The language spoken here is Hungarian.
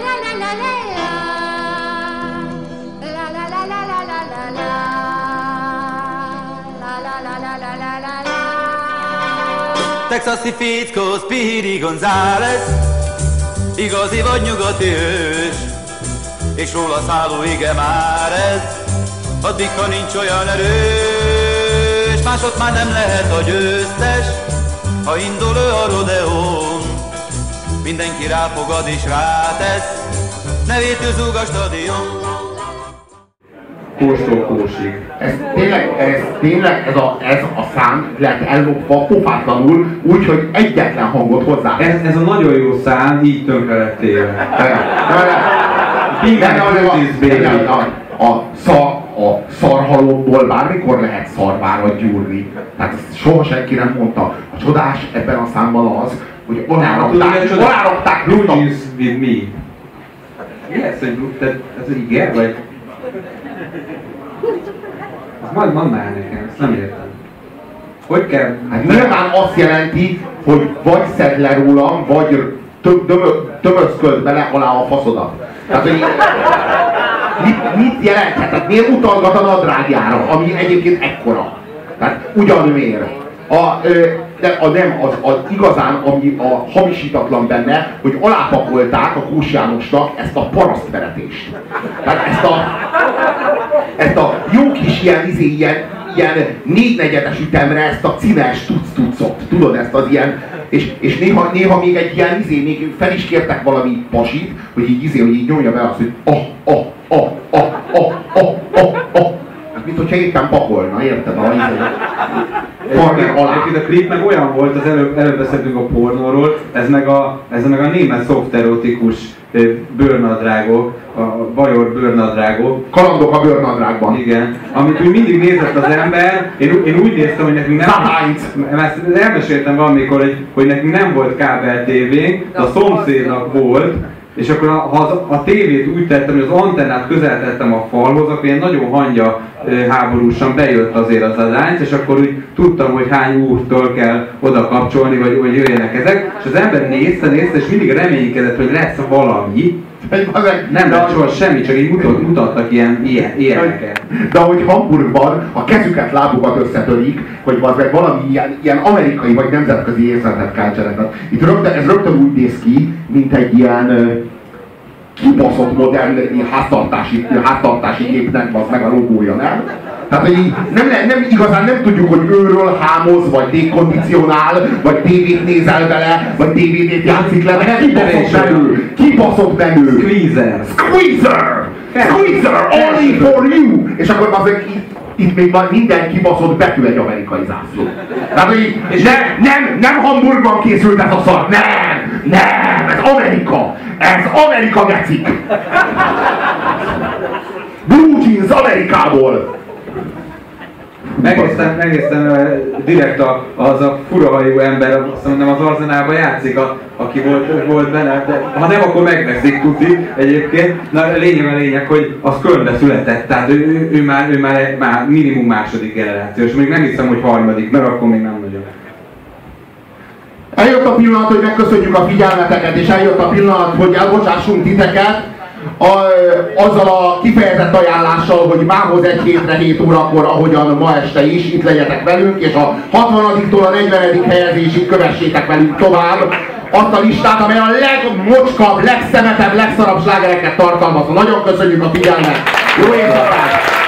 Texasi fickó, Speedy González, igazi vagy nyugati hős, és róla szálló ige már ez, addig, ha nincs olyan erős, másod már nem lehet a győztes, ha indul ő a rodeón, mindenki ráfogad és rátesz, nevét zúg a stadion. Kóstól kósig. Ez tényleg ez a szám lett ellopva pofátlanul, úgyhogy egyetlen hangot hozzá. Ez a nagyon jó szám, így tönkre lett élve. A szarhalomból bármikor lehet szarvára gyúrni. Tehát ezt soha senki nem mondta. A csodás ebben a számban az, hogy alárakták Blue with me. Mi lesz, hogy ez igen, vagy? Majd mondd már nekem, ezt nem értem. Hogy kell? Hát nyilván azt jelenti, hogy vagy szedd le rólam, vagy tömözköd bele alá a faszodat. Tehát, hogy mit jelenthet? Tehát miért utalgat a nadrágjára, ami egyébként ekkora? Tehát ugyanmiért. Igazán, ami a hamisítatlan benne, hogy alápakolták a Kós Jánosnak ezt a parasztveretést. Tehát ezt a jó kis ilyen négynegyedes ütemre ezt a cines tuc-tucot. Tudod, ezt az ilyen, és néha még egy ilyen még fel is kértek valami pasit, hogy így nyomja be azt, hogy mint hogyha éppen pakolna, érted? A klip meg olyan volt, az előbb beszéltünk a pornóról, ez meg a német szofterotikus bőrnadrágok, a bajor bőrnadrágok. Kalandok a bőrnadrágban. Igen. Amit úgy mindig nézett az ember, én úgy néztem, hogy nekünk nem... Ezt elmeséltem valamikor, hogy nekünk nem volt kábel tévénk, de a szomszédnak volt, és akkor ha a tévét úgy tettem, hogy az antennát közel tettem a falhoz, akkor ilyen nagyon hangya háborúsan bejött azért az adás, és akkor úgy tudtam, hogy hány úrtól kell oda kapcsolni, vagy jöjjenek ezek. És az ember nézte, és mindig reménykedett, hogy lesz valami. Nem lett soha semmi, csak így mutattak ilyeneket. De ahogy Hamburgban a kezüket, lábukat összetörik, hogy valami ilyen amerikai vagy nemzetközi érzetet kell csinálni. Itt ez rögtön úgy néz ki, mint egy ilyen kibaszott modern háztartási gépnek az meg a logója, nem? Tehát, hogy nem igazán nem tudjuk, hogy őről hámoz, vagy légkondicionál, vagy tévét nézel vele, vagy DVD-t játszik le, de kibaszott belül. Squeezer! Only for you! És akkor azért itt még már minden kibaszott betű egy amerikai zászló. Tehát, hogy nem Hamburgban készült ez a szar, nem, ez Amerika gecik. Blue Jeans Amerikából. Megnéztem direkt az a furahajú ember, azt mondom, az Arzenálban játszik, aki volt benne, de ha nem, akkor megveszik tuti egyébként. Na a lényeg, hogy az Kölnbe született, tehát ő már minimum második generációs, még nem hiszem, hogy harmadik, mert akkor még nem nagyon. Eljött a pillanat, hogy megköszönjük a figyelmeteket, és eljött a pillanat, hogy elbocsássunk titeket, azzal a kifejezett ajánlással, hogy mához egy hétre 7 órakor, ahogyan ma este is, itt legyetek velünk, és a 60-tól a 40. helyezésig kövessétek velünk tovább azt a listát, amely a legmocskabb, legszemetebb, legszarabb slágereket tartalmaz. Nagyon köszönjük a figyelmet! Jó éjszakát!